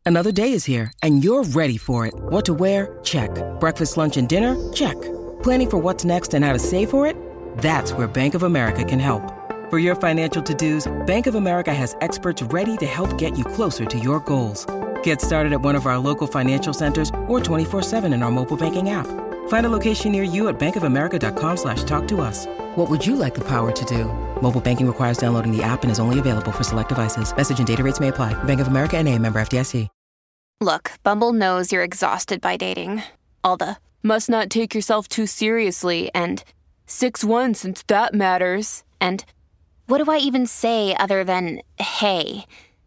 Another day is here, and you're ready for it. What to wear? Check. Breakfast, lunch, and dinner? Check. Planning for what's next and how to save for it? That's where Bank of America can help. For your financial to-dos, Bank of America has experts ready to help get you closer to your goals. Get started at one of our local financial centers or 24/7 in our mobile banking app. Find a location near you at bankofamerica.com/talktous. What would you like the power to do? Mobile banking requires downloading the app and is only available for select devices. Message and data rates may apply. Bank of America N.A., member FDIC. Look, Bumble knows you're exhausted by dating. All the must not take yourself too seriously and 6'1" since that matters. And what do I even say other than hey?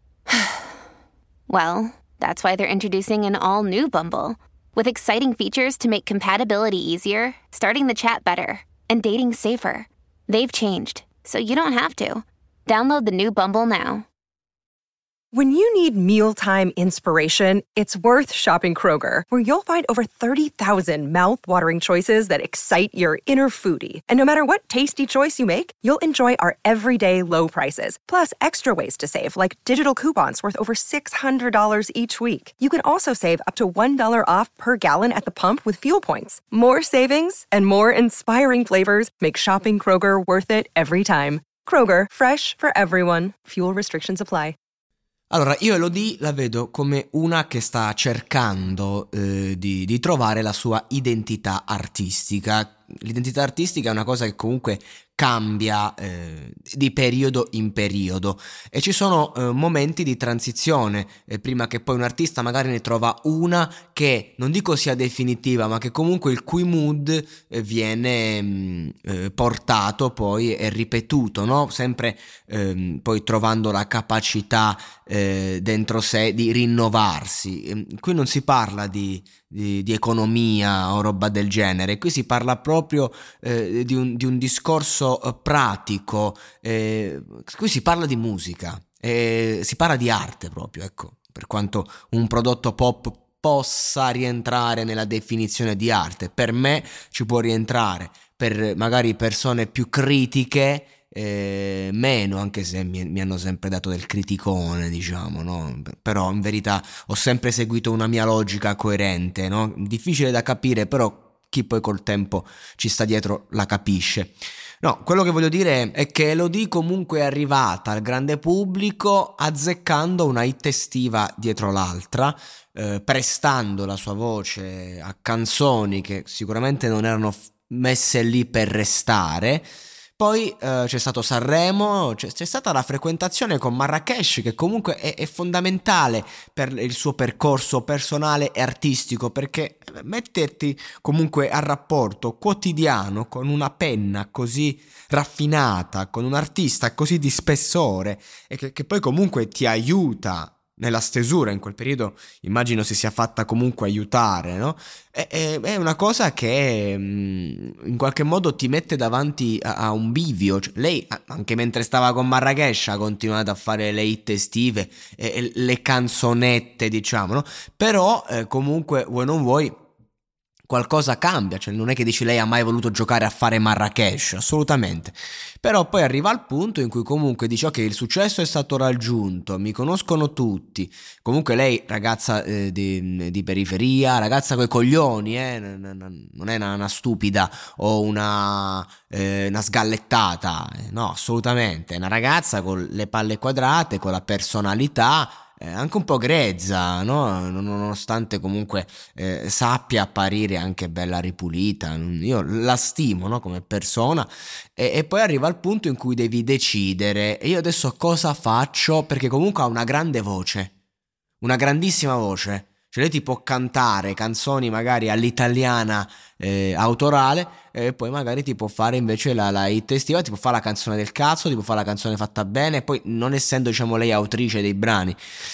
Well, that's why they're introducing an all-new Bumble with exciting features to make compatibility easier, starting the chat better, and dating safer. They've changed, so you don't have to. Download the new Bumble now. When you need mealtime inspiration, it's worth shopping Kroger, where you'll find over 30,000 mouth-watering choices that excite your inner foodie. And no matter what tasty choice you make, you'll enjoy our everyday low prices, plus extra ways to save, like digital coupons worth over $600 each week. You can also save up to $1 off per gallon at the pump with fuel points. More savings and more inspiring flavors make shopping Kroger worth it every time. Kroger, fresh for everyone. Fuel restrictions apply. Allora, io Elodie la vedo come una che sta cercando di trovare la sua identità artistica. L'identità artistica è una cosa che comunque cambia di periodo in periodo e ci sono momenti di transizione prima che poi un artista magari ne trova una che non dico sia definitiva, ma che comunque il cui mood viene portato poi e ripetuto, no? Sempre poi trovando la capacità dentro sé di rinnovarsi. Qui non si parla di economia o roba del genere, qui si parla proprio di un discorso pratico, qui si parla di musica, si parla di arte proprio, ecco, per quanto un prodotto pop possa rientrare nella definizione di arte, per me ci può rientrare, per magari persone più critiche meno, anche se mi hanno sempre dato del criticone, diciamo, no? Però in verità ho sempre seguito una mia logica coerente, no? Difficile da capire, però chi poi col tempo ci sta dietro la capisce. No, quello che voglio dire è che Elodie comunque è arrivata al grande pubblico azzeccando una hit estiva dietro l'altra, prestando la sua voce a canzoni che sicuramente non erano messe lì per restare. Poi c'è stato Sanremo, c'è stata la frequentazione con Marrakesh, che comunque è fondamentale per il suo percorso personale e artistico, perché metterti comunque a rapporto quotidiano con una penna così raffinata, con un artista così di spessore e che poi comunque ti aiuta nella stesura, in quel periodo immagino si sia fatta comunque aiutare, no? È una cosa che in qualche modo ti mette davanti a un bivio. Cioè, lei anche mentre stava con Marrakesh ha continuato a fare le hit estive e le canzonette, diciamo, no? Però comunque vuoi non vuoi qualcosa cambia, cioè non è che dici lei ha mai voluto giocare a fare Marrakesh, assolutamente, però poi arriva al punto in cui comunque dice ok, il successo è stato raggiunto, mi conoscono tutti, comunque lei ragazza di periferia, ragazza coi coglioni, non è una stupida o una sgallettata, no, assolutamente, è una ragazza con le palle quadrate, con la personalità, anche un po' grezza, no? Nonostante comunque sappia apparire anche bella ripulita. Io la stimo, no? Come persona e poi arriva al punto in cui devi decidere e io adesso cosa faccio, perché comunque ha una grande voce, una grandissima voce. Cioè lei ti può cantare canzoni magari all'italiana autorale e poi magari ti può fare invece la hit estiva, ti può fare la canzone del cazzo, ti può fare la canzone fatta bene, poi non essendo diciamo lei autrice dei brani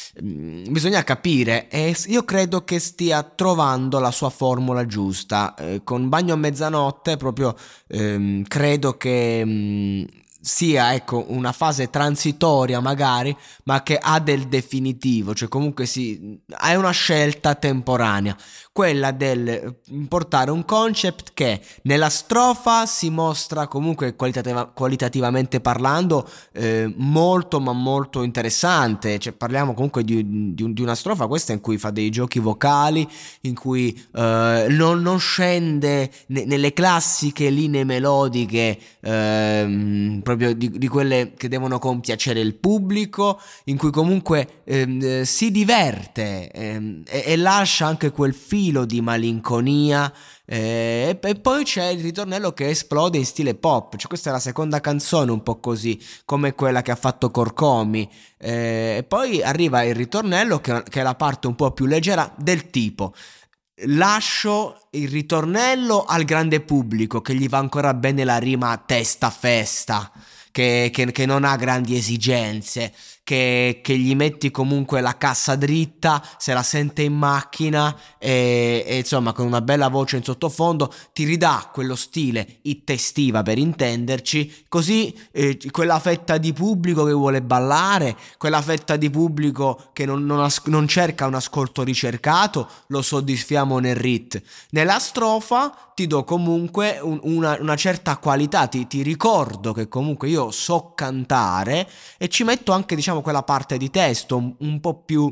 bisogna capire e io credo che stia trovando la sua formula giusta con Bagno a mezzanotte proprio credo che sia, ecco, una fase transitoria magari, ma che ha del definitivo, cioè comunque è una scelta temporanea, quella del portare un concept che nella strofa si mostra comunque qualitativamente parlando molto ma molto interessante, cioè parliamo comunque di una strofa questa in cui fa dei giochi vocali, in cui non scende nelle classiche linee melodiche proprio di quelle che devono compiacere il pubblico, in cui comunque si diverte e lascia anche quel filo di malinconia, e poi c'è il ritornello che esplode in stile pop, cioè questa è la seconda canzone un po' così come quella che ha fatto Corcomi, e poi arriva il ritornello che è la parte un po' più leggera, del tipo: lascio il ritornello al grande pubblico che gli va ancora bene la rima testa festa, che non ha grandi esigenze, che gli metti comunque la cassa dritta, se la sente in macchina e insomma con una bella voce in sottofondo ti ridà quello stile hit estiva, per intenderci, così quella fetta di pubblico che vuole ballare, quella fetta di pubblico che non cerca un ascolto ricercato, lo soddisfiamo nel rit. Nella strofa ti do comunque una certa qualità, ti ricordo che comunque io so cantare e ci metto anche, diciamo, quella parte di testo un po' più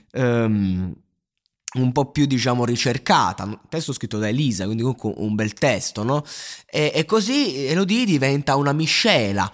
diciamo ricercata, testo scritto da Elisa, quindi comunque un bel testo, no? E così Elodie diventa una miscela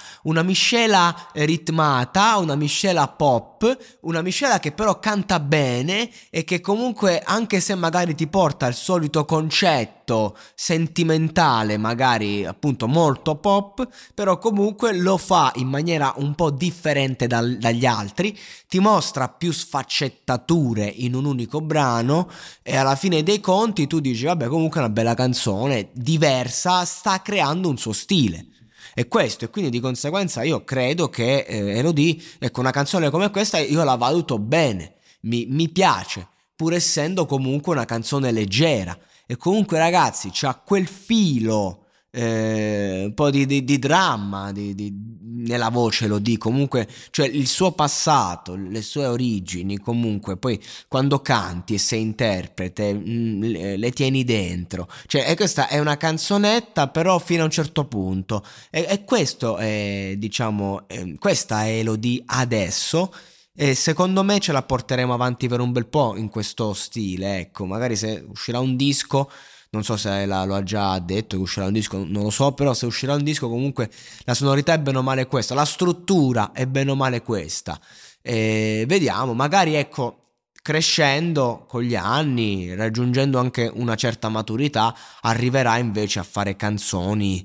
ritmata, una miscela pop, una miscela che però canta bene e che comunque, anche se magari ti porta al solito concetto sentimentale, magari appunto molto pop, però comunque lo fa in maniera un po' differente dagli altri, ti mostra più sfaccettature in un unico brano e alla fine dei conti tu dici vabbè, comunque è una bella canzone, diversa, sta creando un suo stile. E questo, e quindi di conseguenza io credo che Elodie, ecco, una canzone come questa io la valuto bene, mi piace, pur essendo comunque una canzone leggera. E comunque ragazzi c'ha quel filo un po' di dramma nella voce, Elodie, comunque, cioè il suo passato, le sue origini, comunque poi quando canti e sei interprete le tieni dentro, cioè, e questa è una canzonetta però fino a un certo punto, e questo è, diciamo, questa è Elodie adesso. E secondo me ce la porteremo avanti per un bel po' in questo stile, ecco, magari se uscirà un disco, non so se lo ha già detto che uscirà un disco, non lo so, però se uscirà un disco comunque la sonorità è bene o male questa, la struttura è bene o male questa, e vediamo, magari ecco, crescendo con gli anni, raggiungendo anche una certa maturità, arriverà invece a fare canzoni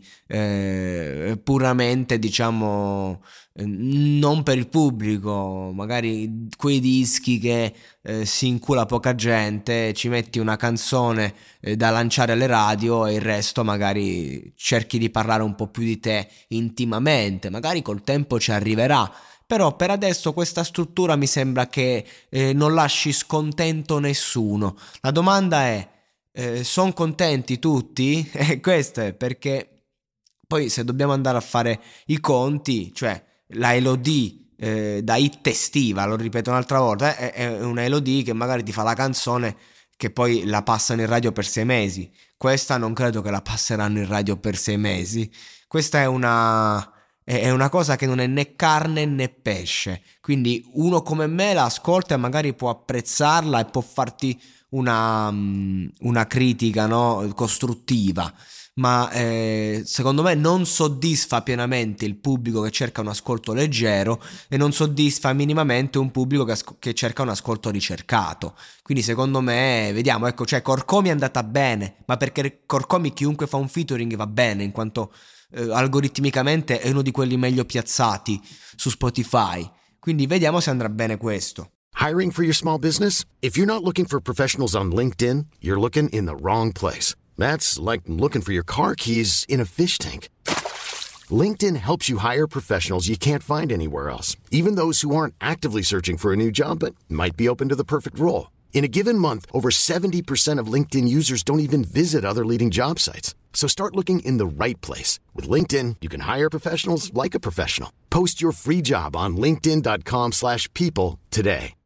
puramente, diciamo, non per il pubblico, magari quei dischi che si incula poca gente, ci metti una canzone da lanciare alle radio e il resto magari cerchi di parlare un po' più di te intimamente, magari col tempo ci arriverà. Però per adesso questa struttura mi sembra che non lasci scontento nessuno. La domanda è, sono contenti tutti? Questo è perché poi se dobbiamo andare a fare i conti, cioè la Elodie da hit estiva, lo ripeto un'altra volta, è una Elodie che magari ti fa la canzone che poi la passano in radio per 6 mesi. Questa non credo che la passeranno in radio per 6 mesi. Questa è una cosa che non è né carne né pesce, quindi uno come me la ascolta e magari può apprezzarla e può farti una critica, no, costruttiva, ma secondo me non soddisfa pienamente il pubblico che cerca un ascolto leggero e non soddisfa minimamente un pubblico che cerca un ascolto ricercato. Quindi secondo me, vediamo, ecco, cioè Corcomi è andata bene, ma perché Corcomi chiunque fa un featuring va bene, in quanto algoritmicamente è uno di quelli meglio piazzati su Spotify, quindi vediamo se andrà bene questo. Hiring for your small business? If you're not looking for professionals on LinkedIn, you're looking in the wrong place. That's like looking for your car keys in a fish tank. LinkedIn helps you hire professionals you can't find anywhere else, even those who aren't actively searching for a new job but might be open to the perfect role. In a given month, over 70% of LinkedIn users don't even visit other leading job sites. So start looking in the right place. With LinkedIn, you can hire professionals like a professional. Post your free job on linkedin.com/people today.